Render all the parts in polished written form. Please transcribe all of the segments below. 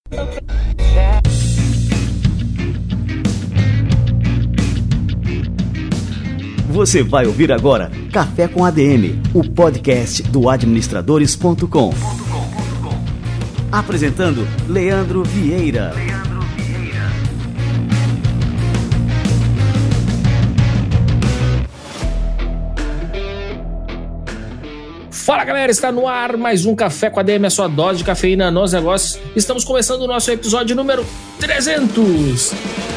Você vai ouvir agora Café com ADM, o podcast do administradores.com. Apresentando Leandro Vieira. Fala galera, está no ar mais um Café com ADM, a sua dose de cafeína nos negócios. Estamos começando o nosso episódio número 300.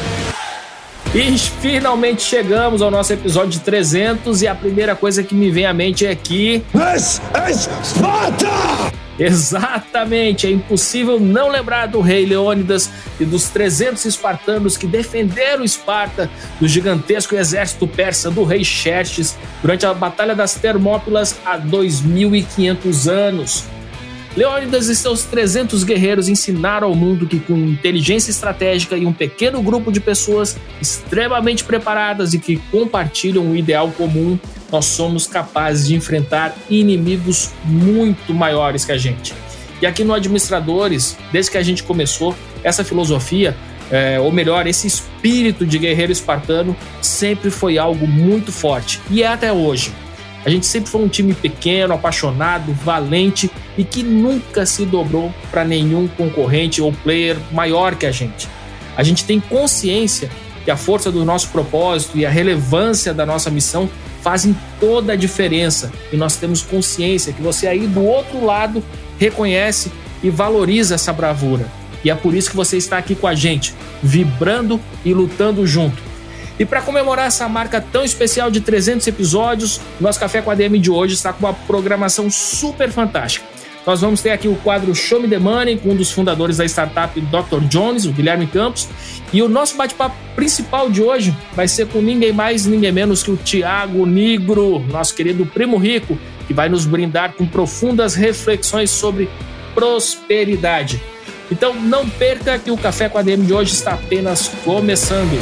E finalmente chegamos ao nosso episódio 300 e a primeira coisa que me vem à mente é que... This is Sparta! Exatamente, é impossível não lembrar do rei Leônidas e dos 300 espartanos que defenderam Esparta do gigantesco exército persa do rei Xerxes durante a Batalha das Termópilas há 2.500 anos. Leônidas e seus 300 guerreiros ensinaram ao mundo que com inteligência estratégica e um pequeno grupo de pessoas extremamente preparadas e que compartilham um ideal comum, nós somos capazes de enfrentar inimigos muito maiores que a gente. E aqui no Administradores, desde que a gente começou, essa filosofia, ou melhor, esse espírito de guerreiro espartano sempre foi algo muito forte e é até hoje. A gente sempre foi um time pequeno, apaixonado, valente e que nunca se dobrou para nenhum concorrente ou player maior que a gente. A gente tem consciência que a força do nosso propósito e a relevância da nossa missão fazem toda a diferença e nós temos consciência que você aí do outro lado reconhece e valoriza essa bravura. E é por isso que você está aqui com a gente, vibrando e lutando junto. E para comemorar essa marca tão especial de 300 episódios, nosso Café com a ADM de hoje está com uma programação super fantástica. Nós vamos ter aqui o quadro Show Me The Money, com um dos fundadores da startup Dr. Jones, o Guilherme Campos. E o nosso bate-papo principal de hoje vai ser com ninguém mais, ninguém menos que o Thiago Nigro, nosso querido primo rico, que vai nos brindar com profundas reflexões sobre prosperidade. Então não perca que o Café com a ADM de hoje está apenas começando.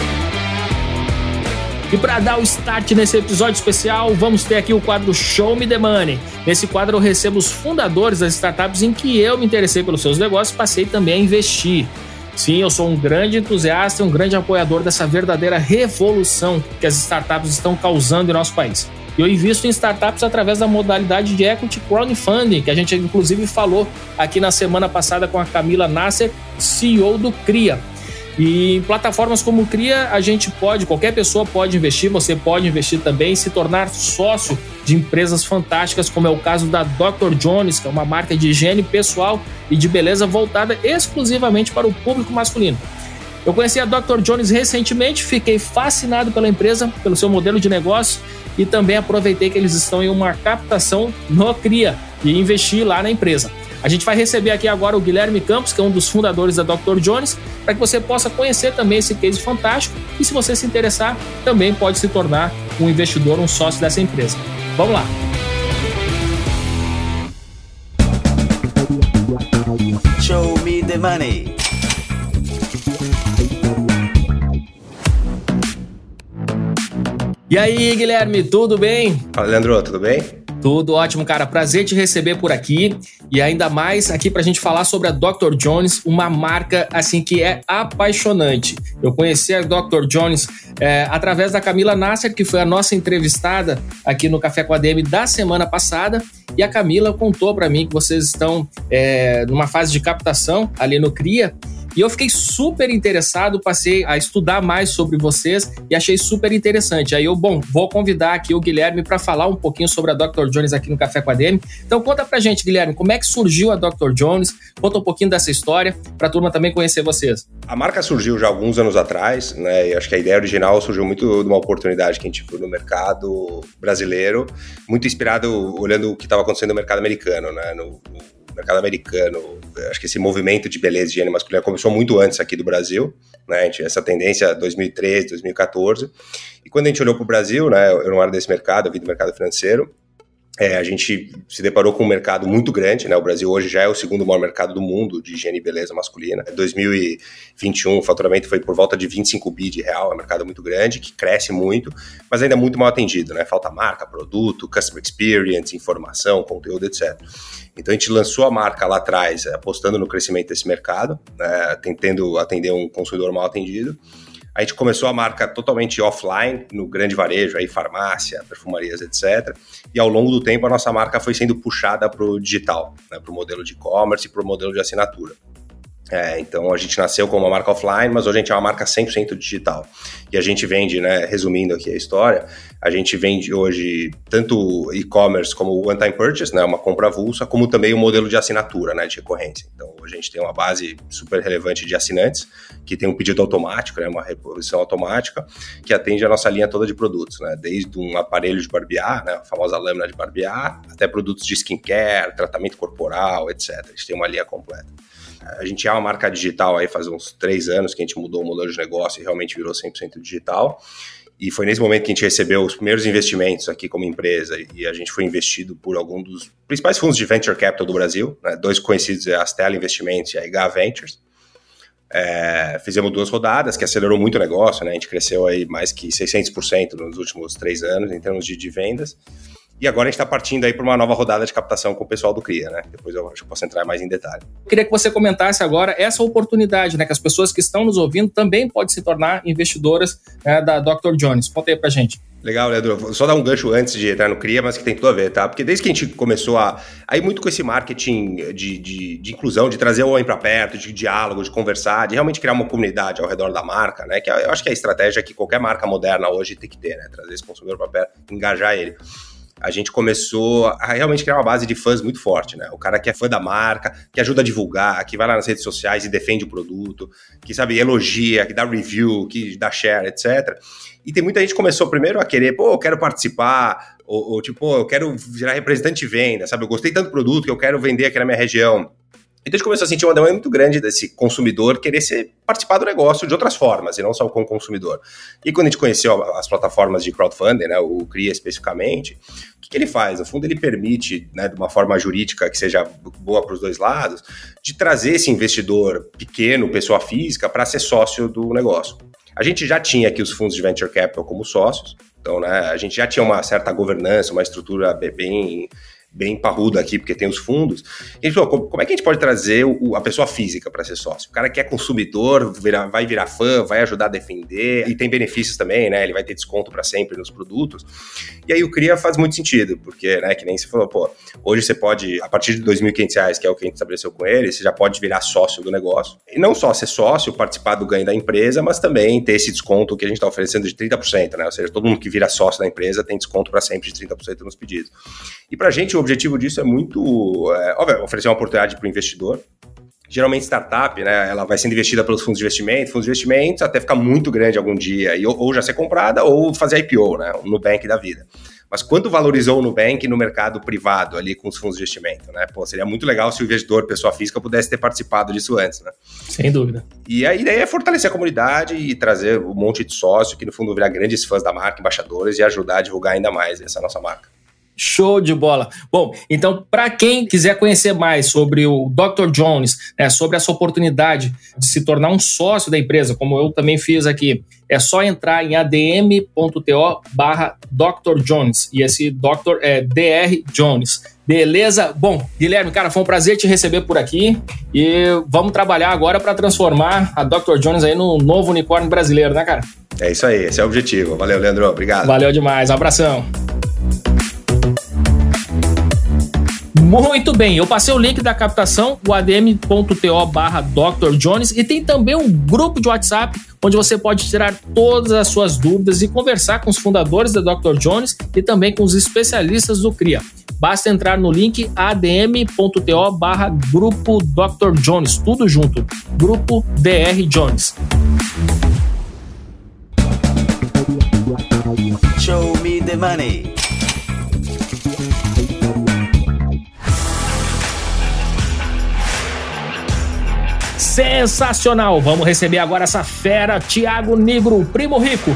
E para dar o start nesse episódio especial, vamos ter aqui o quadro Show Me The Money. Nesse quadro eu recebo os fundadores das startups em que eu me interessei pelos seus negócios e passei também a investir. Sim, eu sou um grande entusiasta e um grande apoiador dessa verdadeira revolução que as startups estão causando em nosso país. Eu invisto em startups através da modalidade de Equity Crowdfunding, que a gente inclusive falou aqui na semana passada com a Camila Nasser, CEO do Cria. E em plataformas como o Cria, a gente pode, qualquer pessoa pode investir, você pode investir também e se tornar sócio de empresas fantásticas, como é o caso da Dr. Jones, que é uma marca de higiene pessoal e de beleza voltada exclusivamente para o público masculino. Eu conheci a Dr. Jones recentemente, fiquei fascinado pela empresa, pelo seu modelo de negócio e também aproveitei que eles estão em uma captação no Cria e investi lá na empresa. A gente vai receber aqui agora o Guilherme Campos, que é um dos fundadores da Dr. Jones, para que você possa conhecer também esse case fantástico e se você se interessar, também pode se tornar um investidor, um sócio dessa empresa. Vamos lá! Show Me The Money. E aí, Guilherme, tudo bem? Fala, Leandro, tudo bem? Tudo ótimo, cara. Prazer te receber por aqui e ainda mais aqui pra gente falar sobre a Dr. Jones, uma marca assim que é apaixonante. Eu conheci a Dr. Jones através da Camila Nasser, que foi a nossa entrevistada aqui no Café com a ADM da semana passada, e a Camila contou pra mim que vocês estão numa fase de captação ali no Cria. E eu fiquei super interessado, passei a estudar mais sobre vocês e achei super interessante. Aí eu, vou convidar aqui o Guilherme para falar um pouquinho sobre a Dr. Jones aqui no Café com a ADM. Então conta pra gente, Guilherme, como é que surgiu a Dr. Jones? Conta um pouquinho dessa história para a turma também conhecer vocês. A marca surgiu já há alguns anos atrás, né? E acho que a ideia original surgiu muito de uma oportunidade que a gente viu no mercado brasileiro, muito inspirado olhando o que estava acontecendo no mercado americano, né? No mercado americano, acho que esse movimento de beleza e higiene masculina começou muito antes aqui do Brasil, né? A gente, essa tendência 2013, 2014, e quando a gente olhou para o Brasil, né? Eu não era desse mercado, eu vim do mercado financeiro, A gente se deparou com um mercado muito grande, né? O Brasil hoje já é o segundo maior mercado do mundo de higiene e beleza masculina. Em 2021, o faturamento foi por volta de 25 bi de real, é um mercado muito grande, que cresce muito, mas ainda é muito mal atendido, né? Falta marca, produto, customer experience, informação, conteúdo, etc. Então a gente lançou a marca lá atrás, apostando no crescimento desse mercado, né? Tentando atender um consumidor mal atendido. A gente começou a marca totalmente offline, no grande varejo, aí farmácia, perfumarias, etc. E ao longo do tempo a nossa marca foi sendo puxada para o digital, né, para o modelo de e-commerce e para o modelo de assinatura. Então a gente nasceu como uma marca offline, mas hoje a gente é uma marca 100% digital. E a gente vende, né, resumindo aqui a história, a gente vende hoje tanto e-commerce como o one-time purchase, né, uma compra avulsa, como também o modelo de assinatura, né, de recorrência. Então hoje a gente tem uma base super relevante de assinantes, que tem um pedido automático, né, uma reposição automática, que atende a nossa linha toda de produtos, né, desde um aparelho de barbear, né, a famosa lâmina de barbear, até produtos de skincare, tratamento corporal, etc. A gente tem uma linha completa. A gente é uma marca digital aí faz uns 3 anos que a gente mudou o modelo de negócio e realmente virou 100% digital. E foi nesse momento que a gente recebeu os primeiros investimentos aqui como empresa e a gente foi investido por algum dos principais fundos de venture capital do Brasil, né? 2 conhecidos, a Stella Investimentos e a IGA Ventures. Fizemos 2 rodadas que acelerou muito o negócio, né? A gente cresceu aí mais que 600% nos últimos 3 anos em termos de vendas. E agora a gente está partindo aí para uma nova rodada de captação com o pessoal do CRIA, né? Depois eu acho que posso entrar mais em detalhe. Eu queria que você comentasse agora essa oportunidade, né? Que as pessoas que estão nos ouvindo também podem se tornar investidoras, né, da Dr. Jones. Conta aí pra gente. Legal, Leandro. Vou só dar um gancho antes de entrar no CRIA, mas que tem tudo a ver, tá? Porque desde que a gente começou a ir muito com esse marketing de inclusão, de trazer o homem para perto, de diálogo, de conversar, de realmente criar uma comunidade ao redor da marca, né? Que eu acho que é a estratégia que qualquer marca moderna hoje tem que ter, né? Trazer esse consumidor para perto, engajar ele. A gente começou a realmente criar uma base de fãs muito forte, né? O cara que é fã da marca, que ajuda a divulgar, que vai lá nas redes sociais e defende o produto, que, sabe, elogia, que dá review, que dá share, etc. E tem muita gente que começou primeiro a querer, eu quero participar, ou tipo, eu quero virar representante de venda, sabe? Eu gostei tanto do produto que eu quero vender aqui na minha região. Então a gente começou a sentir uma demanda muito grande desse consumidor querer participar do negócio de outras formas, e não só como consumidor. E quando a gente conheceu as plataformas de crowdfunding, né, o CRIA especificamente, o que ele faz? No fundo, ele permite, né, de uma forma jurídica que seja boa para os 2 lados, de trazer esse investidor pequeno, pessoa física, para ser sócio do negócio. A gente já tinha aqui os fundos de venture capital como sócios, então, né, a gente já tinha uma certa governança, uma estrutura bem parruda aqui, porque tem os fundos. E a gente falou, como é que a gente pode trazer a pessoa física para ser sócio? O cara que é consumidor, vai virar fã, vai ajudar a defender, e tem benefícios também, né? Ele vai ter desconto para sempre nos produtos. E aí o CRIA faz muito sentido, porque, né, que nem você falou, hoje você pode, a partir de R$2.500, que é o que a gente estabeleceu com ele, você já pode virar sócio do negócio. E não só ser sócio, participar do ganho da empresa, mas também ter esse desconto que a gente está oferecendo de 30%, né? Ou seja, todo mundo que vira sócio da empresa tem desconto para sempre de 30% nos pedidos. E para a gente, o objetivo disso é muito, óbvio, oferecer uma oportunidade para o investidor. Geralmente startup, né, ela vai sendo investida pelos fundos de investimentos até ficar muito grande algum dia, ou já ser comprada ou fazer IPO, né, o Nubank da vida. Mas quanto valorizou o Nubank no mercado privado ali com os fundos de investimento, né? Seria muito legal se o investidor, pessoa física, pudesse ter participado disso antes, né? Sem dúvida. E a ideia é fortalecer a comunidade e trazer um monte de sócio que no fundo virar grandes fãs da marca, embaixadores, e ajudar a divulgar ainda mais essa nossa marca. Show de bola. Bom, então, para quem quiser conhecer mais sobre o Dr. Jones, né, sobre essa oportunidade de se tornar um sócio da empresa, como eu também fiz aqui, é só entrar em adm.to/Dr. Jones. E esse Dr. é Dr. Jones. Beleza? Bom, Guilherme, cara, foi um prazer te receber por aqui. E vamos trabalhar agora para transformar a Dr. Jones aí no novo unicórnio brasileiro, né, cara? É isso aí, esse é o objetivo. Valeu, Leandro. Obrigado. Valeu demais. Abração. Muito bem, eu passei o link da captação, o adm.to/Dr. Jones, e tem também um grupo de WhatsApp onde você pode tirar todas as suas dúvidas e conversar com os fundadores da Dr. Jones e também com os especialistas do CRIA. Basta entrar no link adm.to/Grupo Dr. Jones, tudo junto, Grupo Dr. Jones. Show me the money. Sensacional! Vamos receber agora essa fera, Thiago Nigro, Primo Rico.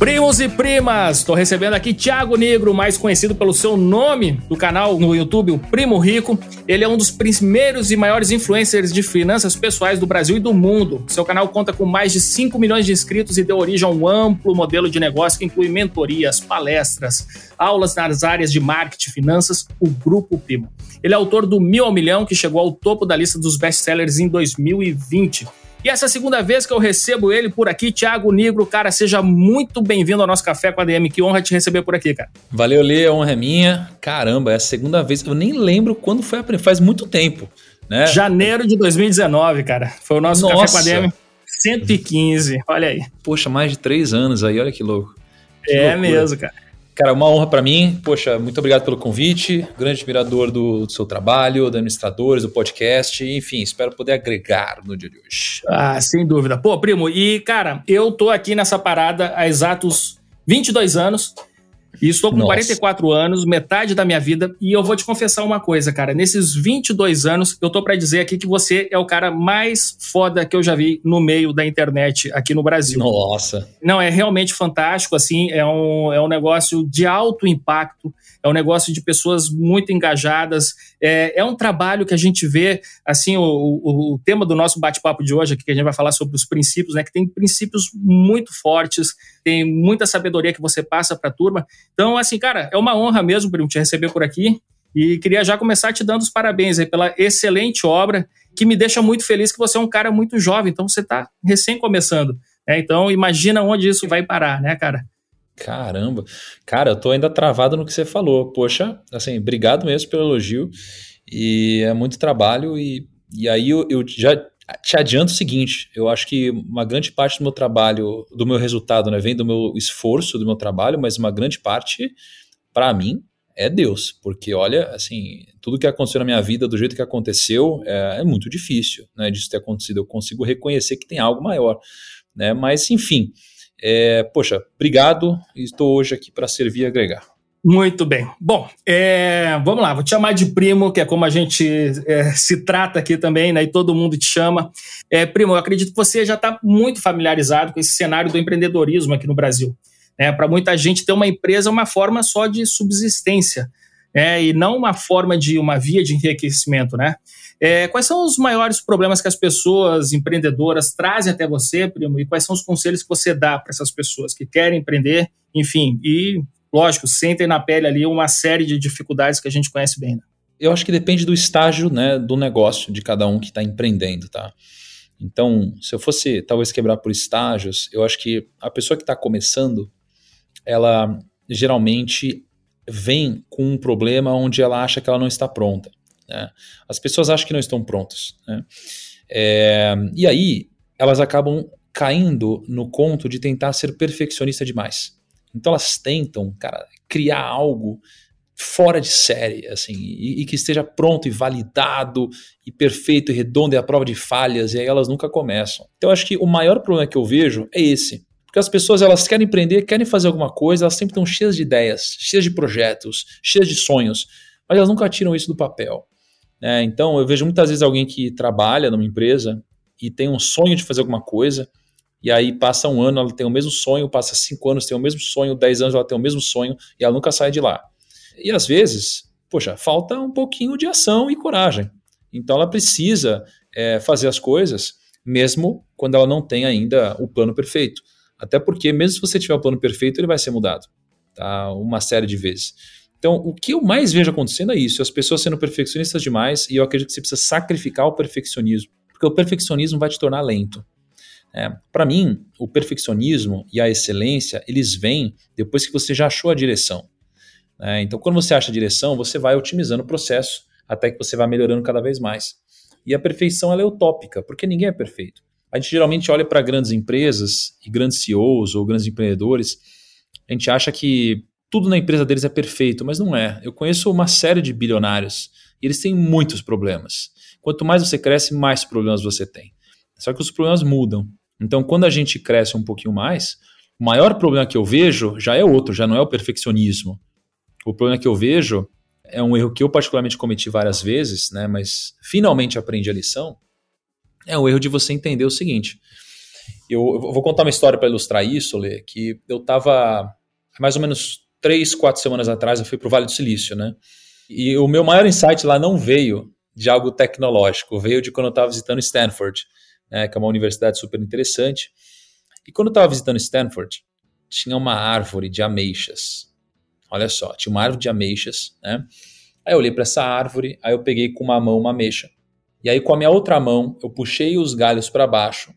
Primos e primas, estou recebendo aqui Thiago Nigro, mais conhecido pelo seu nome do canal no YouTube, o Primo Rico. Ele é um dos primeiros e maiores influencers de finanças pessoais do Brasil e do mundo. Seu canal conta com mais de 5 milhões de inscritos e deu origem a um amplo modelo de negócio que inclui mentorias, palestras, aulas nas áreas de marketing e finanças, o Grupo Primo. Ele é autor do 1000 ao Milhão, que chegou ao topo da lista dos best-sellers em 2020. E essa é a segunda vez que eu recebo ele por aqui, Thiago Nigro. Cara, seja muito bem-vindo ao nosso Café com a ADM. Que honra te receber por aqui, cara. Valeu, Lê, a honra é minha. Caramba, é a segunda vez. Eu nem lembro quando foi a primeira. Faz muito tempo, né? Janeiro de 2019, cara. Foi o nosso Café com a ADM 115. Olha aí. Poxa, mais de 3 anos aí. Olha que louco. Que loucura. Mesmo, cara. Cara, uma honra para mim. Poxa, muito obrigado pelo convite. Grande admirador do seu trabalho, dos administradores, do podcast. Enfim, espero poder agregar no dia de hoje. Ah, sem dúvida. Pô, Primo, e cara, eu tô aqui nessa parada há exatos 22 anos. E estou com 44 anos, metade da minha vida, e eu vou te confessar uma coisa, cara. Nesses 22 anos, eu tô pra dizer aqui que você é o cara mais foda que eu já vi no meio da internet aqui no Brasil. Nossa. Não, é realmente fantástico, assim, é um negócio de alto impacto, é um negócio de pessoas muito engajadas, é um trabalho que a gente vê, assim, o tema do nosso bate-papo de hoje aqui, que a gente vai falar sobre os princípios, né, que tem princípios muito fortes, tem muita sabedoria que você passa pra turma. Então, assim, cara, é uma honra mesmo, Primo, te receber por aqui, e queria já começar te dando os parabéns aí pela excelente obra, que me deixa muito feliz que você é um cara muito jovem, então você tá recém começando, né? Então imagina onde isso vai parar, né, cara? Caramba, cara, eu tô ainda travado no que você falou. Poxa, assim, obrigado mesmo pelo elogio, e é muito trabalho, e aí eu já te adianto o seguinte, eu acho que uma grande parte do meu trabalho, do meu resultado, né, vem do meu esforço, do meu trabalho, mas uma grande parte, para mim, é Deus, porque olha, assim, tudo que aconteceu na minha vida, do jeito que aconteceu, é muito difícil, né, disso ter acontecido. Eu consigo reconhecer que tem algo maior, né, mas enfim, poxa, obrigado, e estou hoje aqui para servir e agregar. Muito bem. Bom, vamos lá, vou te chamar de Primo, que é como a gente se trata aqui também, né? E todo mundo te chama. Primo, eu acredito que você já está muito familiarizado com esse cenário do empreendedorismo aqui no Brasil. Para muita gente, ter uma empresa é uma forma só de subsistência, e não uma forma de uma via de enriquecimento, né? Quais são os maiores problemas que as pessoas empreendedoras trazem até você, Primo? E quais são os conselhos que você dá para essas pessoas que querem empreender, enfim, e lógico, sentem na pele ali uma série de dificuldades que a gente conhece bem, né? Eu acho que depende do estágio, né, do negócio de cada um que está empreendendo, tá? Então, se eu fosse talvez quebrar por estágios, eu acho que a pessoa que está começando, ela geralmente vem com um problema onde ela acha que ela não está pronta, né? As pessoas acham que não estão prontas, né? E aí, elas acabam caindo no conto de tentar ser perfeccionista demais. Então elas tentam, cara, criar algo fora de série, assim, e que esteja pronto e validado e perfeito e redondo e à prova de falhas, e aí elas nunca começam. Então eu acho que o maior problema que eu vejo é esse, porque as pessoas, elas querem empreender, querem fazer alguma coisa, elas sempre estão cheias de ideias, cheias de projetos, cheias de sonhos, mas elas nunca tiram isso do papel, né? Então eu vejo muitas vezes alguém que trabalha numa empresa e tem um sonho de fazer alguma coisa, e aí passa um ano, ela tem o mesmo sonho, passa 5 anos, tem o mesmo sonho, 10 anos ela tem o mesmo sonho, e ela nunca sai de lá. E às vezes, poxa, falta um pouquinho de ação e coragem. Então ela precisa fazer as coisas, mesmo quando ela não tem ainda o plano perfeito. Até porque mesmo se você tiver o plano perfeito, ele vai ser mudado, tá? Uma série de vezes. Então o que eu mais vejo acontecendo é isso, as pessoas sendo perfeccionistas demais, e eu acredito que você precisa sacrificar o perfeccionismo, porque o perfeccionismo vai te tornar lento. Para mim, o perfeccionismo e a excelência, eles vêm depois que você já achou a direção. Então, quando você acha a direção, você vai otimizando o processo até que você vai melhorando cada vez mais. E a perfeição, ela é utópica, porque ninguém é perfeito. A gente geralmente olha para grandes empresas e grandes CEOs ou grandes empreendedores, a gente acha que tudo na empresa deles é perfeito, mas não é. Eu conheço uma série de bilionários e eles têm muitos problemas. Quanto mais você cresce, mais problemas você tem. Só que os problemas mudam. Então, quando a gente cresce um pouquinho mais, o maior problema que eu vejo já é outro, já não é o perfeccionismo. O problema que eu vejo é um erro que eu particularmente cometi várias vezes, né, mas finalmente aprendi a lição, é o erro de você entender o seguinte: Eu vou contar uma história para ilustrar isso, Lê, que eu estava, mais ou menos 3, 4 semanas atrás, eu fui para o Vale do Silício, né? E o meu maior insight lá não veio de algo tecnológico, veio de quando eu estava visitando Stanford, né, que é uma universidade super interessante. E quando eu estava visitando Stanford, tinha uma árvore de ameixas. Olha só, tinha uma árvore de ameixas, né? Aí eu olhei para essa árvore, aí eu peguei com uma mão uma ameixa. E aí com a minha outra mão, eu puxei os galhos para baixo.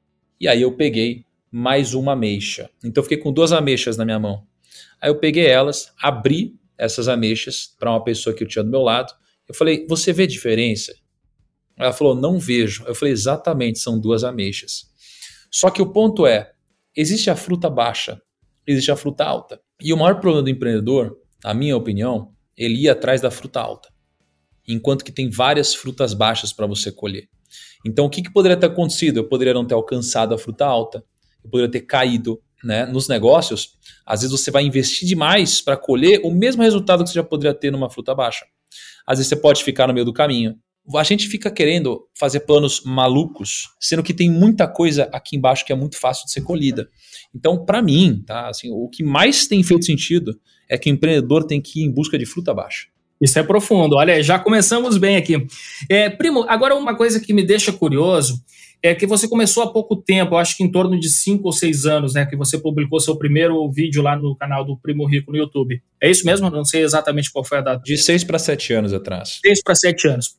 E aí eu peguei mais uma ameixa. Então eu fiquei com 2 ameixas na minha mão. Aí eu peguei elas, abri essas ameixas para uma pessoa que eu tinha do meu lado. Eu falei, você vê diferença? Ela falou, não vejo. Eu falei, exatamente, são 2 ameixas. Só que o ponto é, existe a fruta baixa, existe a fruta alta. E o maior problema do empreendedor, na minha opinião, ele ir atrás da fruta alta. Enquanto que tem várias frutas baixas para você colher. Então o que poderia ter acontecido? Eu poderia não ter alcançado a fruta alta, eu poderia ter caído, né? Nos negócios, às vezes você vai investir demais para colher o mesmo resultado que você já poderia ter numa fruta baixa. Às vezes você pode ficar no meio do caminho. A gente fica querendo fazer planos malucos, sendo que tem muita coisa aqui embaixo que é muito fácil de ser colhida. Então, para mim, tá, assim, o que mais tem feito sentido é que o empreendedor tem que ir em busca de fruta baixa. Isso é profundo. Olha, já começamos bem aqui. Primo, agora uma coisa que me deixa curioso é que você começou há pouco tempo, eu acho que em torno de 5 ou 6 anos, né, que você publicou seu primeiro vídeo lá no canal do Primo Rico no YouTube. É isso mesmo? Não sei exatamente qual foi a data. De 6 para 7 anos atrás. 6 para 7 anos.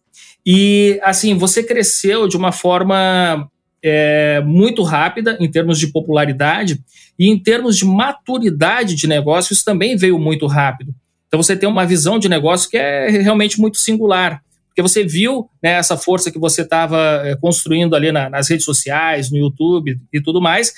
E, assim, você cresceu de uma forma muito rápida em termos de popularidade e em termos de maturidade de negócio, isso também veio muito rápido. Então você tem uma visão de negócio que é realmente muito singular, porque você viu, né, essa força que você estava construindo ali nas redes sociais, no YouTube e tudo mais,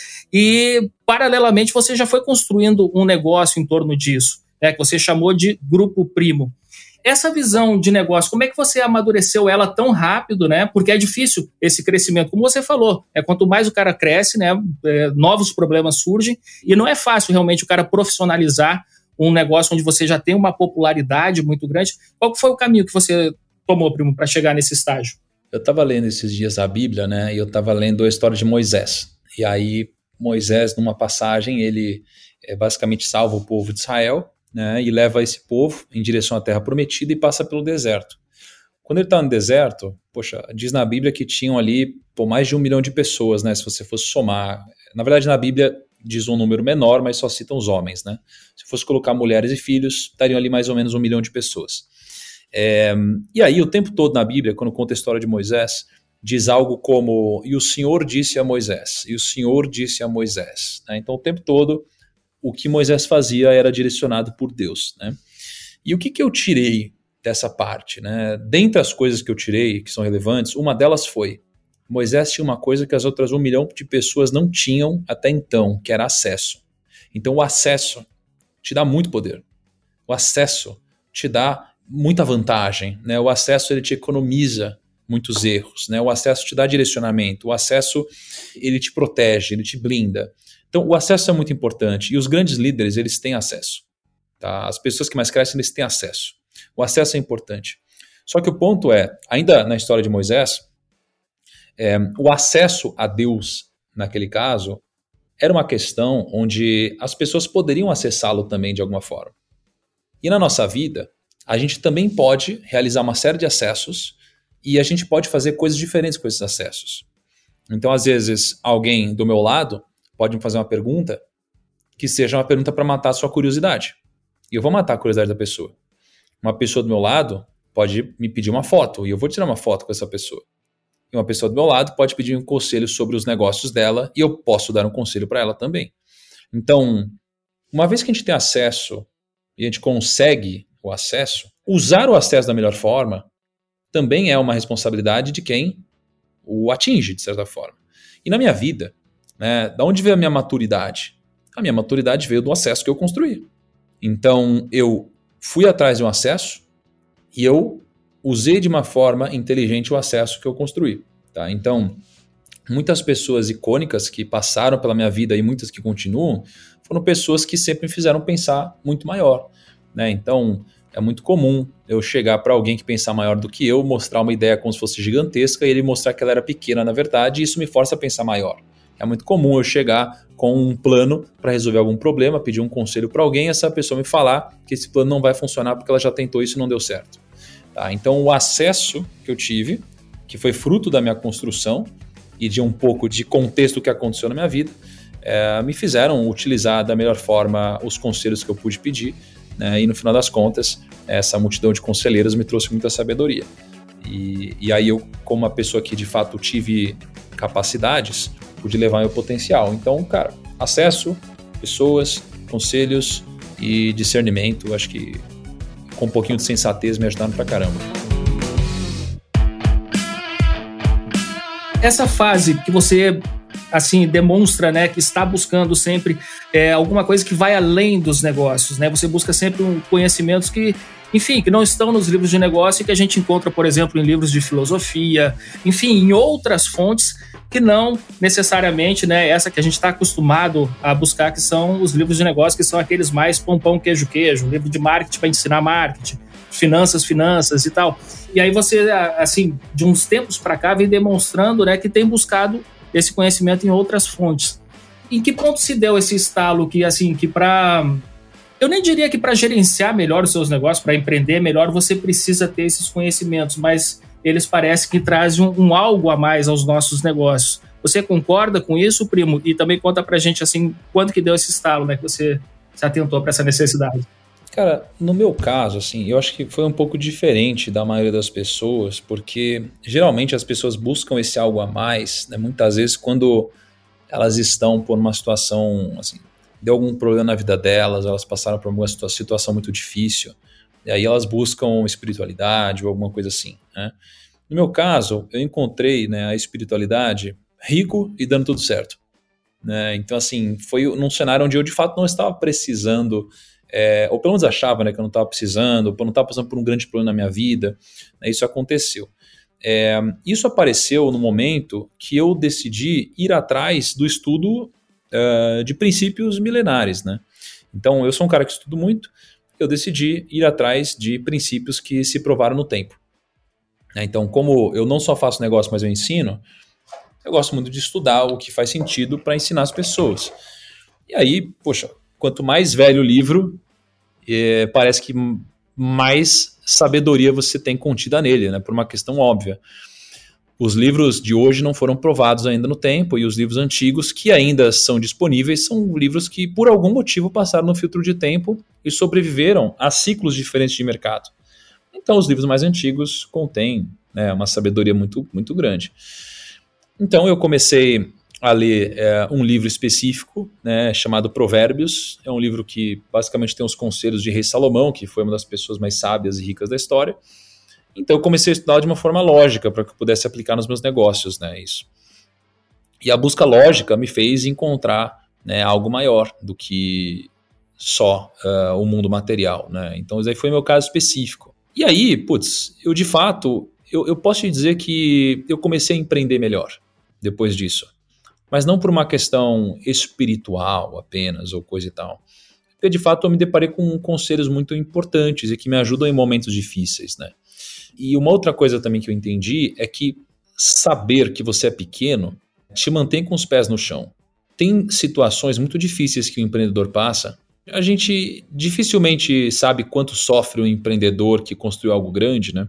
e paralelamente você já foi construindo um negócio em torno disso, né, que você chamou de Grupo Primo. Essa visão de negócio, como é que você amadureceu ela tão rápido, né? Porque é difícil esse crescimento, como você falou. Quanto mais o cara cresce, né, novos problemas surgem, e não é fácil realmente o cara profissionalizar um negócio onde você já tem uma popularidade muito grande. Qual foi o caminho que você tomou, Primo, para chegar nesse estágio? Eu estava lendo esses dias a Bíblia, né? E eu estava lendo a história de Moisés. E aí Moisés, numa passagem, ele basicamente salva o povo de Israel, né, e leva esse povo em direção à terra prometida e passa pelo deserto. Quando ele está no deserto, poxa, diz na Bíblia que tinham ali mais de 1 milhão de pessoas, né, se você fosse somar. Na verdade, na Bíblia diz um número menor, mas só citam os homens, né? Se fosse colocar mulheres e filhos, estariam ali mais ou menos 1 milhão de pessoas. E aí, o tempo todo na Bíblia, quando conta a história de Moisés, diz algo como, e o Senhor disse a Moisés, e o Senhor disse a Moisés. Né? Então, o tempo todo, o que Moisés fazia era direcionado por Deus, né? E o que eu tirei dessa parte, né? Dentre as coisas que eu tirei, que são relevantes, uma delas foi, Moisés tinha uma coisa que as outras 1 milhão de pessoas não tinham até então, que era acesso. Então o acesso te dá muito poder. O acesso te dá muita vantagem, né? O acesso ele te economiza muitos erros, né? O acesso te dá direcionamento, o acesso ele te protege, ele te blinda. Então, o acesso é muito importante e os grandes líderes, eles têm acesso. Tá? As pessoas que mais crescem, eles têm acesso. O acesso é importante. Só que o ponto é, ainda na história de Moisés, o acesso a Deus, naquele caso, era uma questão onde as pessoas poderiam acessá-lo também de alguma forma. E na nossa vida, a gente também pode realizar uma série de acessos e a gente pode fazer coisas diferentes com esses acessos. Então, às vezes, alguém do meu lado pode me fazer uma pergunta que seja uma pergunta para matar a sua curiosidade. E eu vou matar a curiosidade da pessoa. Uma pessoa do meu lado pode me pedir uma foto e eu vou tirar uma foto com essa pessoa. E uma pessoa do meu lado pode pedir um conselho sobre os negócios dela e eu posso dar um conselho para ela também. Então, uma vez que a gente tem acesso e a gente consegue o acesso, usar o acesso da melhor forma também é uma responsabilidade de quem o atinge, de certa forma. E na minha vida, né, da onde veio a minha maturidade? A minha maturidade veio do acesso que eu construí. Então, eu fui atrás de um acesso e eu usei de uma forma inteligente o acesso que eu construí. Tá? Então, muitas pessoas icônicas que passaram pela minha vida e muitas que continuam, foram pessoas que sempre me fizeram pensar muito maior. Né? Então, é muito comum eu chegar para alguém que pensar maior do que eu, mostrar uma ideia como se fosse gigantesca e ele mostrar que ela era pequena na verdade, e isso me força a pensar maior. É muito comum eu chegar com um plano para resolver algum problema, pedir um conselho para alguém, essa pessoa me falar que esse plano não vai funcionar porque ela já tentou isso e não deu certo. Tá? Então o acesso que eu tive, que foi fruto da minha construção e de um pouco de contexto que aconteceu na minha vida, me fizeram utilizar da melhor forma os conselhos que eu pude pedir, né? E no final das contas, essa multidão de conselheiros me trouxe muita sabedoria. E aí eu, como uma pessoa que de fato tive capacidades, pude levar meu potencial. Então, cara, acesso, pessoas, conselhos e discernimento, acho que com um pouquinho de sensatez me ajudaram pra caramba. Essa fase que você assim demonstra, né, que está buscando sempre alguma coisa que vai além dos negócios, né? Você busca sempre conhecimentos que, enfim, que não estão nos livros de negócio e que a gente encontra, por exemplo, em livros de filosofia, enfim, em outras fontes que não necessariamente, né, essa que a gente está acostumado a buscar, que são os livros de negócio, que são aqueles mais pão, queijo, livro de marketing para ensinar marketing, finanças e tal. E aí você, assim, de uns tempos para cá, vem demonstrando, né, que tem buscado esse conhecimento em outras fontes. Em que ponto se deu esse estalo que, assim, que para... Eu nem diria que para gerenciar melhor os seus negócios, para empreender melhor, você precisa ter esses conhecimentos, mas eles parecem que trazem um algo a mais aos nossos negócios. Você concorda com isso, Primo? E também conta pra gente, assim, quando que deu esse estalo, né, que você se atentou para essa necessidade. Cara, no meu caso, assim, eu acho que foi um pouco diferente da maioria das pessoas, porque geralmente as pessoas buscam esse algo a mais, né, muitas vezes quando elas estão por uma situação, assim, deu algum problema na vida delas, elas passaram por alguma situação muito difícil, e aí elas buscam espiritualidade ou alguma coisa assim, né? No meu caso, eu encontrei, né, a espiritualidade rico e dando tudo certo, né? Então, assim, foi num cenário onde eu de fato não estava precisando, ou pelo menos achava, né, que eu não estava precisando, ou não estava passando por um grande problema na minha vida, né? Isso aconteceu. Isso apareceu no momento que eu decidi ir atrás do estudo de princípios milenares, né? Então, eu sou um cara que estudo muito, eu decidi ir atrás de princípios que se provaram no tempo. Então, como eu não só faço negócio, mas eu ensino, eu gosto muito de estudar o que faz sentido para ensinar as pessoas. E aí, poxa, quanto mais velho o livro, parece que mais sabedoria você tem contida nele, né? Por uma questão óbvia. Os livros de hoje não foram provados ainda no tempo, e os livros antigos que ainda são disponíveis são livros que, por algum motivo, passaram no filtro de tempo e sobreviveram a ciclos diferentes de mercado. Então, os livros mais antigos contêm, né, uma sabedoria muito, muito grande. Então, eu comecei a ler um livro específico, né, chamado Provérbios. É um livro que basicamente tem os conselhos de Rei Salomão, que foi uma das pessoas mais sábias e ricas da história. Então eu comecei a estudar de uma forma lógica para que eu pudesse aplicar nos meus negócios, né, isso. E a busca lógica me fez encontrar, né, algo maior do que só o mundo material, né. Então esse aí foi o meu caso específico. E aí, putz, eu de fato, eu posso te dizer que eu comecei a empreender melhor depois disso. Mas não por uma questão espiritual apenas ou coisa e tal. Porque de fato eu me deparei com conselhos muito importantes e que me ajudam em momentos difíceis, né. E uma outra coisa também que eu entendi é que saber que você é pequeno te mantém com os pés no chão. Tem situações muito difíceis que o empreendedor passa. A gente dificilmente sabe quanto sofre um empreendedor que construiu algo grande, né?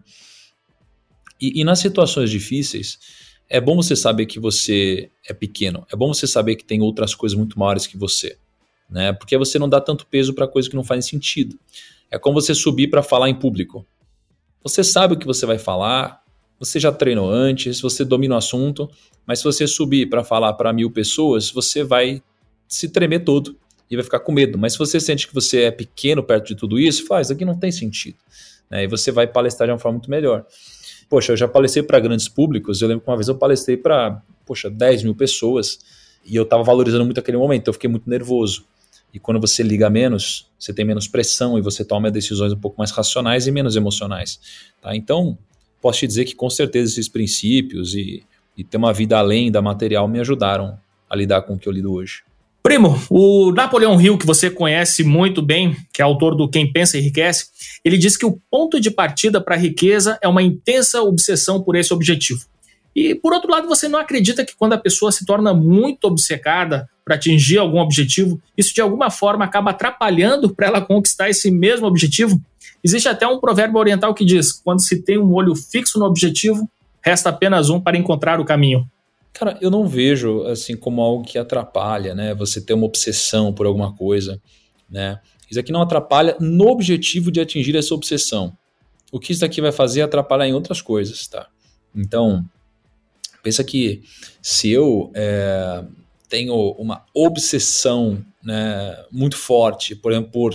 E nas situações difíceis, é bom você saber que você é pequeno. É bom você saber que tem outras coisas muito maiores que você, né? Porque você não dá tanto peso para coisas que não fazem sentido. É como você subir para falar em público. Você sabe o que você vai falar, você já treinou antes, você domina o assunto, mas se você subir para falar para 1000 pessoas, você vai se tremer todo e vai ficar com medo. Mas se você sente que você é pequeno perto de tudo isso, isso aqui não tem sentido, né? E você vai palestrar de uma forma muito melhor. Poxa, eu já palestrei para grandes públicos, eu lembro que uma vez eu palestrei para 10.000 pessoas e eu estava valorizando muito aquele momento, eu fiquei muito nervoso. E quando você liga menos, você tem menos pressão e você toma decisões um pouco mais racionais e menos emocionais. Tá? Então, posso te dizer que com certeza esses princípios e ter uma vida além da material me ajudaram a lidar com o que eu lido hoje. Primo, o Napoleão Hill, que você conhece muito bem, que é autor do Quem Pensa Enriquece, ele diz que o ponto de partida para a riqueza é uma intensa obsessão por esse objetivo. E, por outro lado, você não acredita que quando a pessoa se torna muito obcecada para atingir algum objetivo, isso de alguma forma acaba atrapalhando para ela conquistar esse mesmo objetivo? Existe até um provérbio oriental que diz: quando se tem um olho fixo no objetivo, resta apenas um para encontrar o caminho. Cara, eu não vejo assim como algo que atrapalha, né? Você ter uma obsessão por alguma coisa, né? Isso aqui não atrapalha no objetivo de atingir essa obsessão. O que isso aqui vai fazer é atrapalhar em outras coisas, tá? Então, pensa que se eu tenho uma obsessão, né, muito forte, por exemplo,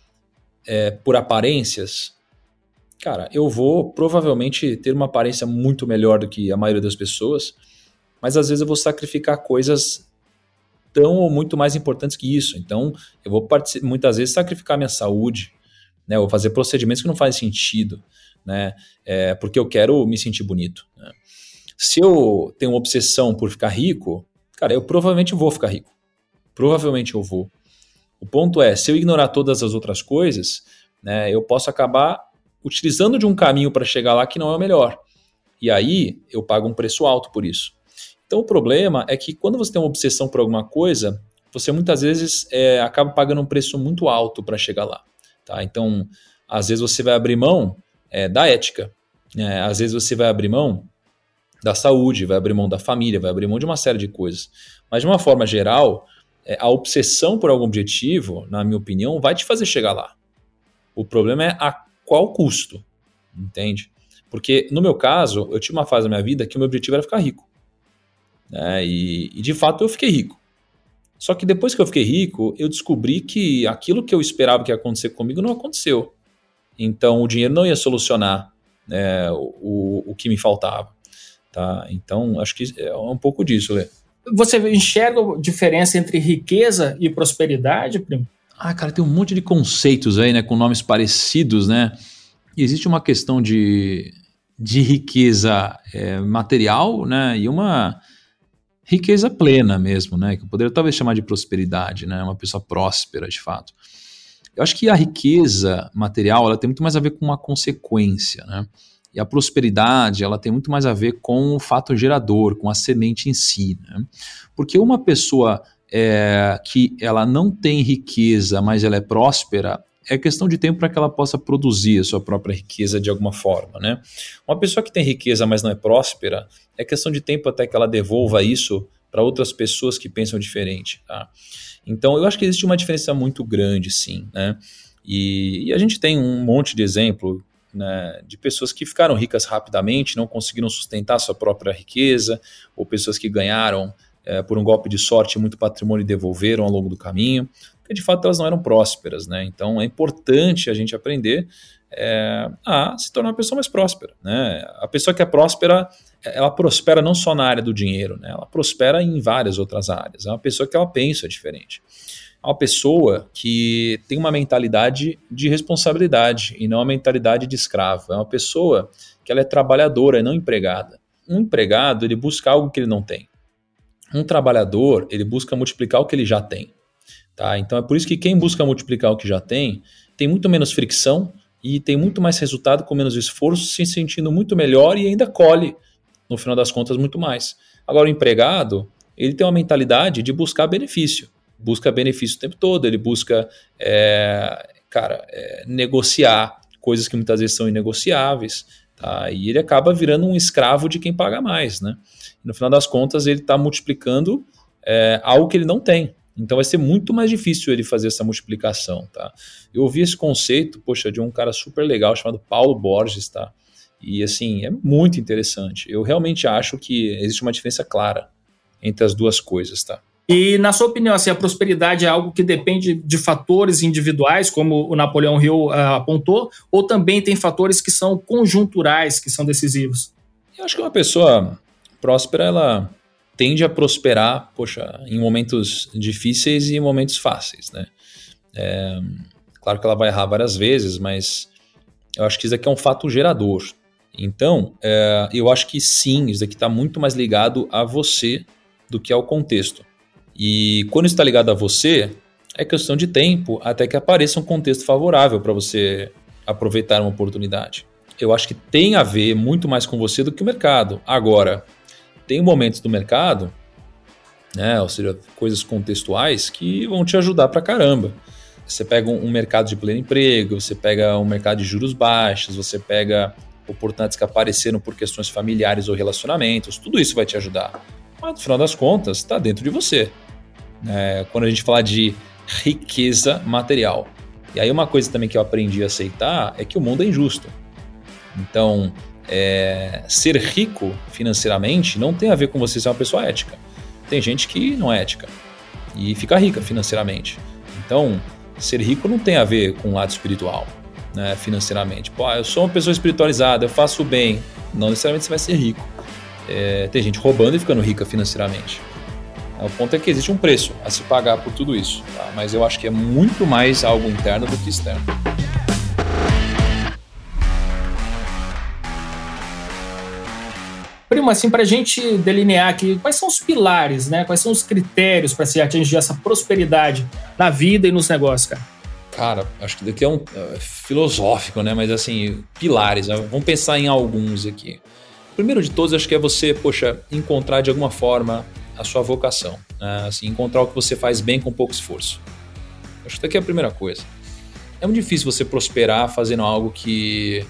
por aparências, cara, eu vou provavelmente ter uma aparência muito melhor do que a maioria das pessoas, mas às vezes eu vou sacrificar coisas tão ou muito mais importantes que isso. Então, eu vou muitas vezes sacrificar minha saúde, né, ou fazer procedimentos que não fazem sentido, né, porque eu quero me sentir bonito, né. Se eu tenho uma obsessão por ficar rico, cara, eu provavelmente vou ficar rico. Provavelmente eu vou. O ponto é, se eu ignorar todas as outras coisas, né, eu posso acabar utilizando de um caminho para chegar lá que não é o melhor. E aí eu pago um preço alto por isso. Então o problema é que quando você tem uma obsessão por alguma coisa, você muitas vezes acaba pagando um preço muito alto para chegar lá. Tá? Então, às vezes você vai abrir mão da ética. Né? Às vezes você vai abrir mão da saúde, vai abrir mão da família, vai abrir mão de uma série de coisas. Mas de uma forma geral, a obsessão por algum objetivo, na minha opinião, vai te fazer chegar lá. O problema é a qual custo, entende? Porque no meu caso, eu tinha uma fase da minha vida que o meu objetivo era ficar rico. Né? E de fato eu fiquei rico. Só que depois que eu fiquei rico, eu descobri que aquilo que eu esperava que ia acontecer comigo não aconteceu. Então o dinheiro não ia solucionar o que me faltava. Tá? Então, acho que é um pouco disso, Lê. Você enxerga a diferença entre riqueza e prosperidade, primo? Cara, tem um monte de conceitos aí, né, com nomes parecidos, né? E existe uma questão de riqueza material, né, e uma riqueza plena mesmo, né, que eu poderia talvez chamar de prosperidade, né, uma pessoa próspera, de fato. Eu acho que a riqueza material, ela tem muito mais a ver com uma consequência, né? E a prosperidade, ela tem muito mais a ver com o fato gerador, com a semente em si, né? Porque uma pessoa que ela não tem riqueza, mas ela é próspera, é questão de tempo para que ela possa produzir a sua própria riqueza de alguma forma, né? Uma pessoa que tem riqueza, mas não é próspera, é questão de tempo até que ela devolva isso para outras pessoas que pensam diferente, tá? Então, eu acho que existe uma diferença muito grande, sim, né? E a gente tem um monte de exemplo, né, de pessoas que ficaram ricas rapidamente, não conseguiram sustentar sua própria riqueza, ou pessoas que ganharam por um golpe de sorte muito patrimônio e devolveram ao longo do caminho, porque de fato elas não eram prósperas, né? Então é importante a gente aprender a se tornar uma pessoa mais próspera, né? A pessoa que é próspera, ela prospera não só na área do dinheiro, né? Ela prospera em várias outras áreas. É uma pessoa que ela pensa diferente. É uma pessoa que tem uma mentalidade de responsabilidade e não uma mentalidade de escravo. É uma pessoa que ela é trabalhadora e não empregada. Um empregado, ele busca algo que ele não tem. Um trabalhador, ele busca multiplicar o que ele já tem. Tá? Então é por isso que quem busca multiplicar o que já tem muito menos fricção e tem muito mais resultado com menos esforço, se sentindo muito melhor e ainda colhe, no final das contas, muito mais. Agora o empregado, ele tem uma mentalidade de buscar benefício. Busca benefício o tempo todo, ele busca negociar coisas que muitas vezes são inegociáveis, tá? E ele acaba virando um escravo de quem paga mais, né? E no final das contas ele está multiplicando algo que ele não tem, então vai ser muito mais difícil ele fazer essa multiplicação, tá? Eu ouvi esse conceito, de um cara super legal chamado Paulo Borges, tá? E assim, é muito interessante. Eu realmente acho que existe uma diferença clara entre as duas coisas, tá? E, na sua opinião, assim, a prosperidade é algo que depende de fatores individuais, como o Napoleão Hill apontou, ou também tem fatores que são conjunturais, que são decisivos? Eu acho que uma pessoa próspera, ela tende a prosperar, em momentos difíceis e em momentos fáceis, né? Claro que ela vai errar várias vezes, mas eu acho que isso aqui é um fato gerador. Então, eu acho que sim, isso aqui está muito mais ligado a você do que ao contexto. E quando está ligado a você, é questão de tempo até que apareça um contexto favorável para você aproveitar uma oportunidade. Eu acho que tem a ver muito mais com você do que o mercado. Agora, tem momentos do mercado, né, ou seja, coisas contextuais que vão te ajudar pra caramba. Você pega um mercado de pleno emprego, você pega um mercado de juros baixos, você pega oportunidades que apareceram por questões familiares ou relacionamentos, tudo isso vai te ajudar. Mas no final das contas, está dentro de você. Quando a gente fala de riqueza material. E aí uma coisa também que eu aprendi a aceitar é que o mundo é injusto. Então, ser rico financeiramente não tem a ver com você ser uma pessoa ética. Tem gente que não é ética e fica rica financeiramente. Então, ser rico não tem a ver com o lado espiritual, né, financeiramente. Pô, eu sou uma pessoa espiritualizada, eu faço o bem. Não necessariamente você vai ser rico. Tem gente roubando e ficando rica financeiramente. O ponto é que existe um preço a se pagar por tudo isso, tá? Mas eu acho que é muito mais algo interno do que externo. Primo, assim, para a gente delinear aqui, quais são os pilares, né? Quais são os critérios para se atingir essa prosperidade na vida e nos negócios, cara? Cara, acho que daqui é filosófico, né? Mas assim, pilares, né? Vamos pensar em alguns aqui. O primeiro de todos, acho que é você, encontrar de alguma forma a sua vocação, né? Assim, encontrar o que você faz bem com pouco esforço. Acho que daqui é a primeira coisa. É muito difícil você prosperar fazendo algo que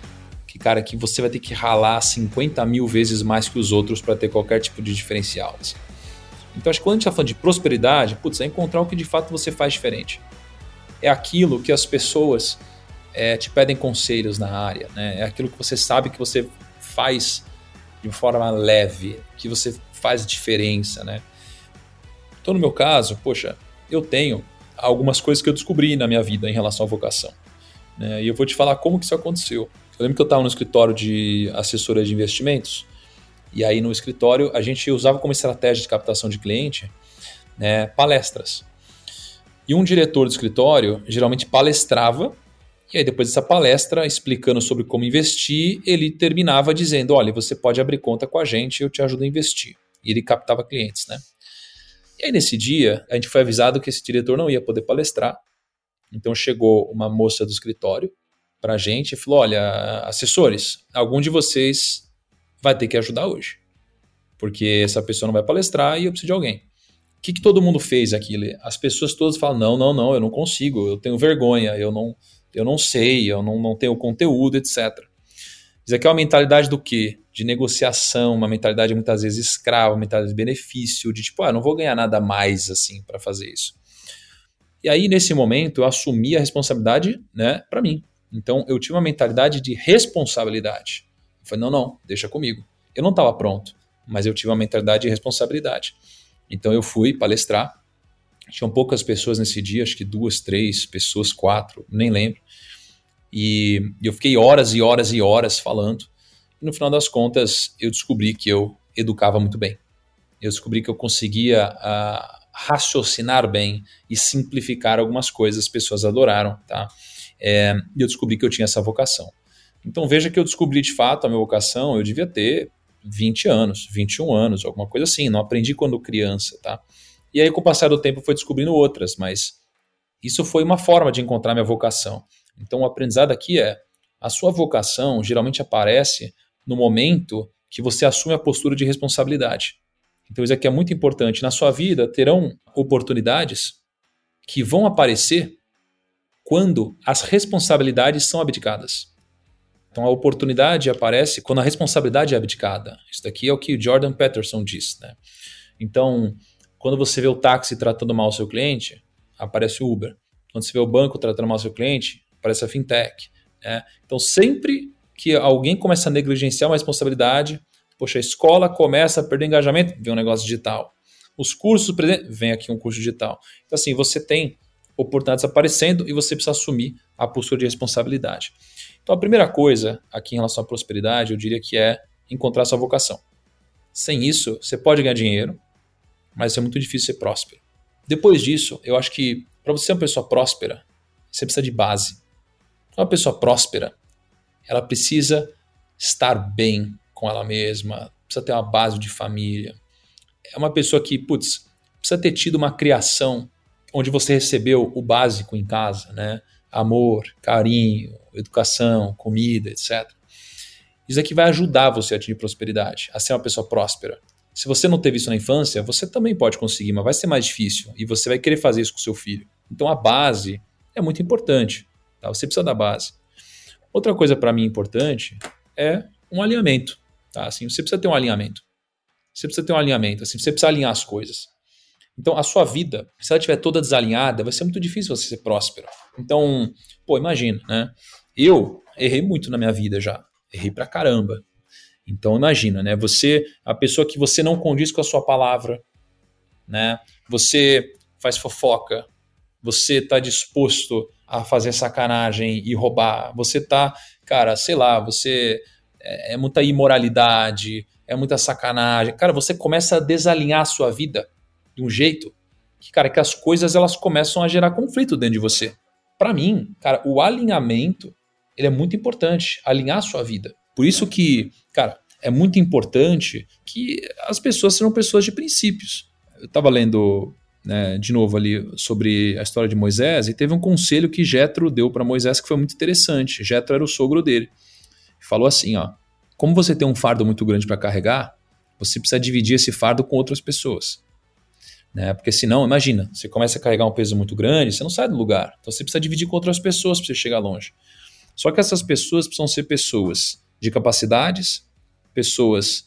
você vai ter que ralar 50 mil vezes mais que os outros para ter qualquer tipo de diferencial. Assim. Então, acho que quando a gente está falando de prosperidade, é encontrar o que de fato você faz diferente. É aquilo que as pessoas te pedem conselhos na área, né? É aquilo que você sabe que você faz de forma leve, que você faz diferença, né? Então, no meu caso, eu tenho algumas coisas que eu descobri na minha vida em relação à vocação, né? E eu vou te falar como que isso aconteceu. Eu lembro que eu estava no escritório de assessoria de investimentos, e aí no escritório a gente usava como estratégia de captação de cliente, né, palestras. E um diretor do escritório geralmente palestrava, e aí depois dessa palestra, explicando sobre como investir, ele terminava dizendo, olha, você pode abrir conta com a gente, eu te ajudo a investir. E ele captava clientes, né? E aí nesse dia, a gente foi avisado que esse diretor não ia poder palestrar. Então chegou uma moça do escritório para a gente e falou, olha, assessores, algum de vocês vai ter que ajudar hoje, porque essa pessoa não vai palestrar e eu preciso de alguém. O que todo mundo fez aqui? As pessoas todas falam, não, eu não consigo, eu tenho vergonha, eu não sei, eu não tenho conteúdo, etc. Isso aqui é uma mentalidade do quê? De negociação, uma mentalidade muitas vezes escrava, uma mentalidade de benefício, de não vou ganhar nada mais assim para fazer isso. E aí, nesse momento, eu assumi a responsabilidade, né, para mim. Então, eu tive uma mentalidade de responsabilidade. Eu falei, não, deixa comigo. Eu não estava pronto, mas eu tive uma mentalidade de responsabilidade. Então, eu fui palestrar. Tinham poucas pessoas nesse dia, acho que 2, 3 pessoas, 4, nem lembro. E eu fiquei horas e horas e horas falando. E no final das contas, eu descobri que eu educava muito bem. Eu descobri que eu conseguia raciocinar bem e simplificar algumas coisas. As pessoas adoraram, tá? E eu descobri que eu tinha essa vocação. Então veja que eu descobri de fato a minha vocação, eu devia ter 20 anos, 21 anos, alguma coisa assim, não aprendi quando criança, tá? E aí com o passar do tempo eu fui descobrindo outras, mas isso foi uma forma de encontrar minha vocação. Então o aprendizado aqui a sua vocação geralmente aparece no momento que você assume a postura de responsabilidade. Então isso aqui é muito importante. Na sua vida terão oportunidades que vão aparecer quando as responsabilidades são abdicadas. Então a oportunidade aparece quando a responsabilidade é abdicada. Isso daqui é o que o Jordan Peterson diz, né? Então, quando você vê o táxi tratando mal o seu cliente, aparece o Uber. Quando você vê o banco tratando mal o seu cliente, aparece a fintech, né? Então sempre que alguém começa a negligenciar uma responsabilidade, a escola começa a perder engajamento, vem um negócio digital. Os cursos, vem aqui um curso digital. Então assim, você tem oportunidades aparecendo e você precisa assumir a postura de responsabilidade. Então a primeira coisa aqui em relação à prosperidade, eu diria que é encontrar sua vocação. Sem isso, você pode ganhar dinheiro, mas é muito difícil ser próspero. Depois disso, eu acho que para você ser uma pessoa próspera, você precisa de base. Uma pessoa próspera, ela precisa estar bem com ela mesma, precisa ter uma base de família. É uma pessoa que, precisa ter tido uma criação onde você recebeu o básico em casa, né? Amor, carinho, educação, comida, etc. Isso aqui vai ajudar você a atingir prosperidade, a ser uma pessoa próspera. Se você não teve isso na infância, você também pode conseguir, mas vai ser mais difícil e você vai querer fazer isso com o seu filho. Então a base é muito importante, tá? Você precisa da base. Outra coisa para mim importante é um alinhamento, tá? Assim, você precisa ter um alinhamento. Você precisa ter um alinhamento, assim, você precisa alinhar as coisas. Então a sua vida, se ela estiver toda desalinhada, vai ser muito difícil você ser próspero. Então, imagina, né? Eu errei muito na minha vida já. Errei pra caramba. Então imagina, né? Você, a pessoa que você não condiz com a sua palavra, né? Você faz fofoca, você está disposto a fazer sacanagem e roubar, você tá, cara, sei lá, você é muita imoralidade, é muita sacanagem. Cara, você começa a desalinhar a sua vida de um jeito que, cara, que as coisas elas começam a gerar conflito dentro de você. Para mim, cara, o alinhamento ele é muito importante, alinhar a sua vida. Por isso que, cara, é muito importante que as pessoas sejam pessoas de princípios. Eu estava lendo, né, de novo ali sobre a história de Moisés e teve um conselho que Jetro deu para Moisés que foi muito interessante. Jetro era o sogro dele. Falou assim, ó, como você tem um fardo muito grande para carregar, você precisa dividir esse fardo com outras pessoas. Né? Porque senão, imagina, você começa a carregar um peso muito grande, você não sai do lugar. Então você precisa dividir com outras pessoas para você chegar longe. Só que essas pessoas precisam ser pessoas de capacidades, pessoas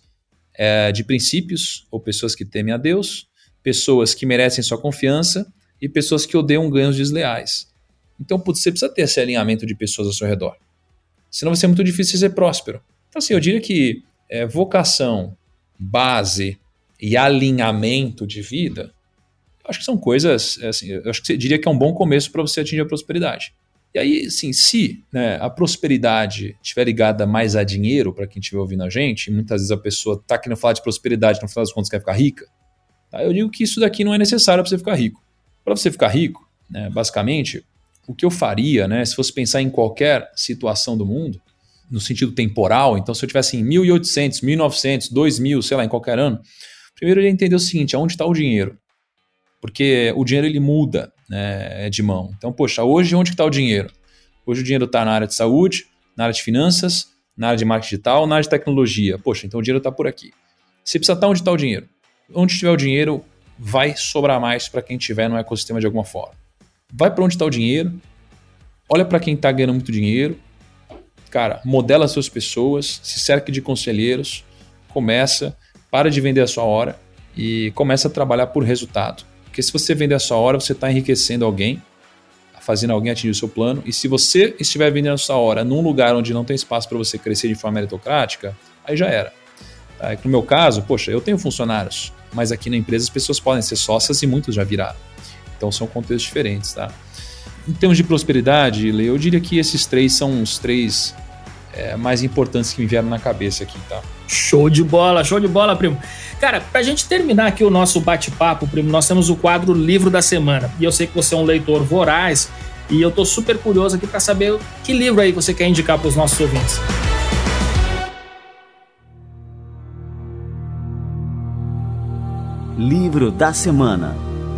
de princípios, ou pessoas que temem a Deus, pessoas que merecem sua confiança e pessoas que odeiam ganhos desleais. Então, você precisa ter esse alinhamento de pessoas ao seu redor. Senão vai ser muito difícil ser próspero. Então, assim, eu diria que vocação, base e alinhamento de vida, eu acho que são coisas, assim, eu acho que você diria que é um bom começo para você atingir a prosperidade. E aí, assim, se, né, a prosperidade estiver ligada mais a dinheiro, para quem estiver ouvindo a gente, e muitas vezes a pessoa está querendo falar de prosperidade, no final das contas quer ficar rica, tá? Eu digo que isso daqui não é necessário para você ficar rico. Para você ficar rico, né, basicamente, o que eu faria, né, se fosse pensar em qualquer situação do mundo, no sentido temporal, então se eu tivesse em 1800, 1900, 2000, sei lá, em qualquer ano, primeiro eu ia entender o seguinte, aonde está o dinheiro? Porque o dinheiro ele muda, né, de mão. Então, poxa, hoje onde está o dinheiro? Hoje o dinheiro está na área de saúde, na área de finanças, na área de marketing digital, na área de tecnologia. Poxa, então o dinheiro está por aqui. Você precisa estar onde está o dinheiro. Onde estiver o dinheiro, vai sobrar mais para quem estiver no ecossistema de alguma forma. Vai para onde está o dinheiro, olha para quem está ganhando muito dinheiro, cara, modela as suas pessoas, se cerque de conselheiros, para de vender a sua hora e começa a trabalhar por resultado. Porque se você vender a sua hora, você está enriquecendo alguém, fazendo alguém atingir o seu plano. E se você estiver vendendo a sua hora num lugar onde não tem espaço para você crescer de forma meritocrática, aí já era. Tá? No meu caso, poxa, eu tenho funcionários, mas aqui na empresa as pessoas podem ser sócias e muitos já viraram. Então são contextos diferentes. Tá? Em termos de prosperidade, Lê, eu diria que esses três são os três mais importantes que me vieram na cabeça aqui. Tá? Show de bola, primo. Cara, pra gente terminar aqui o nosso bate-papo, primo, nós temos o quadro Livro da Semana. E eu sei que você é um leitor voraz e eu tô super curioso aqui pra saber que livro aí você quer indicar pros nossos ouvintes. Livro da Semana.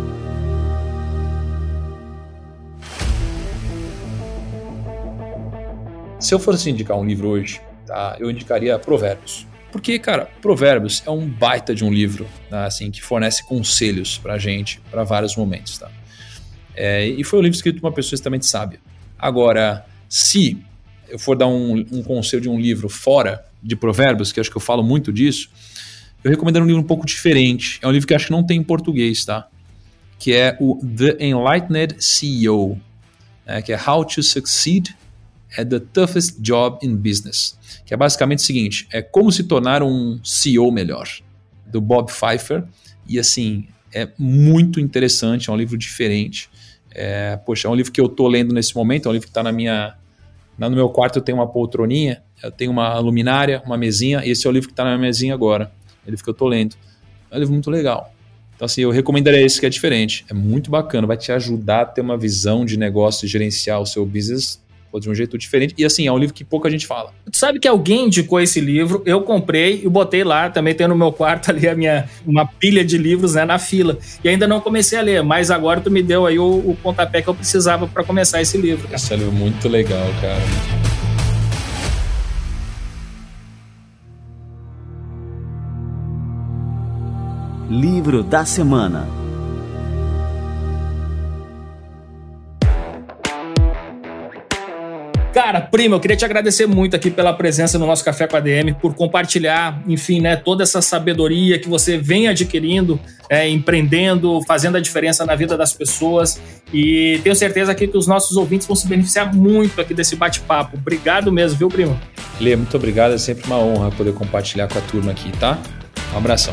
Se eu fosse indicar um livro hoje, tá, eu indicaria Provérbios. Porque, cara, Provérbios é um baita de um livro, tá, assim, que fornece conselhos pra gente, para vários momentos. Tá? E foi um livro escrito por uma pessoa extremamente sábia. Agora, se eu for dar um conselho de um livro fora de Provérbios, que eu acho que eu falo muito disso, eu recomendo um livro um pouco diferente. É um livro que eu acho que não tem em português, tá? Que é o The Enlightened CEO, que é How to Succeed at the Toughest Job in Business, que é basicamente o seguinte, é como se tornar um CEO melhor, do Bob Pfeiffer, e assim, é muito interessante, é um livro diferente, é um livro que eu tô lendo nesse momento, é um livro que está no meu quarto, eu tenho uma poltroninha, eu tenho uma luminária, uma mesinha, e esse é o livro que está na minha mesinha agora, é o livro que eu tô lendo, é um livro muito legal. Então assim, eu recomendaria esse que é diferente, é muito bacana, vai te ajudar a ter uma visão de negócio e gerenciar o seu business de um jeito diferente, e assim, é um livro que pouca gente fala. Tu sabe que alguém indicou esse livro, eu comprei e botei lá, também tem no meu quarto ali uma pilha de livros, né, na fila, e ainda não comecei a ler, mas agora tu me deu aí o pontapé que eu precisava para começar esse livro. Esse é um livro muito legal, cara. Livro da Semana. Cara, Primo, eu queria te agradecer muito aqui pela presença no nosso Café com a ADM, por compartilhar, enfim, né, toda essa sabedoria que você vem adquirindo, empreendendo, fazendo a diferença na vida das pessoas, e tenho certeza aqui que os nossos ouvintes vão se beneficiar muito aqui desse bate-papo. Obrigado mesmo, viu, Primo? Lê, muito obrigado, é sempre uma honra poder compartilhar com a turma aqui, tá? Um abração.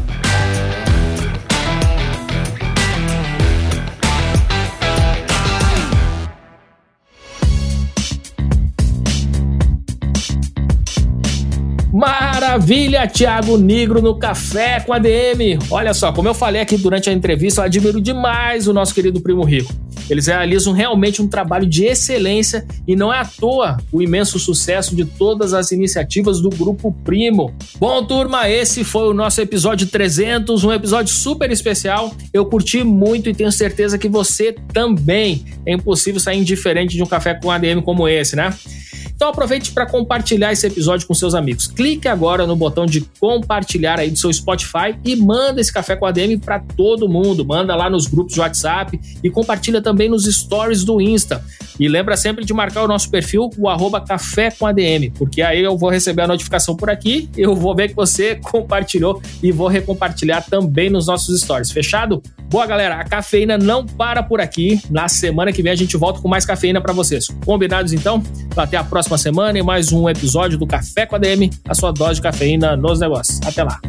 Maravilha, Thiago Nigro no Café com a ADM. Olha só, como eu falei aqui durante a entrevista, eu admiro demais o nosso querido Primo Rico. Eles realizam realmente um trabalho de excelência e não é à toa o imenso sucesso de todas as iniciativas do Grupo Primo. Bom, turma, esse foi o nosso episódio 300, um episódio super especial. Eu curti muito e tenho certeza que você também. É impossível sair indiferente de um Café com a ADM como esse, né? Então aproveite para compartilhar esse episódio com seus amigos. Clique agora no botão de compartilhar aí do seu Spotify e manda esse Café com a ADM para todo mundo. Manda lá nos grupos de WhatsApp e compartilha também nos stories do Insta. E lembra sempre de marcar o nosso perfil, o @Café com ADM, porque aí eu vou receber a notificação por aqui, eu vou ver que você compartilhou e vou recompartilhar também nos nossos stories. Fechado? Boa, galera, a cafeína não para por aqui. Na semana que vem a gente volta com mais cafeína para vocês. Combinados então? Até a próxima semana e mais um episódio do Café com a ADM, a sua dose de cafeína nos negócios. Até lá.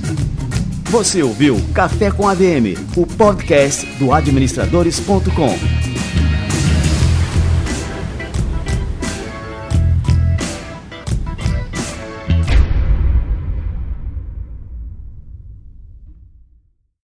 Você ouviu Café com ADM, o podcast do administradores.com.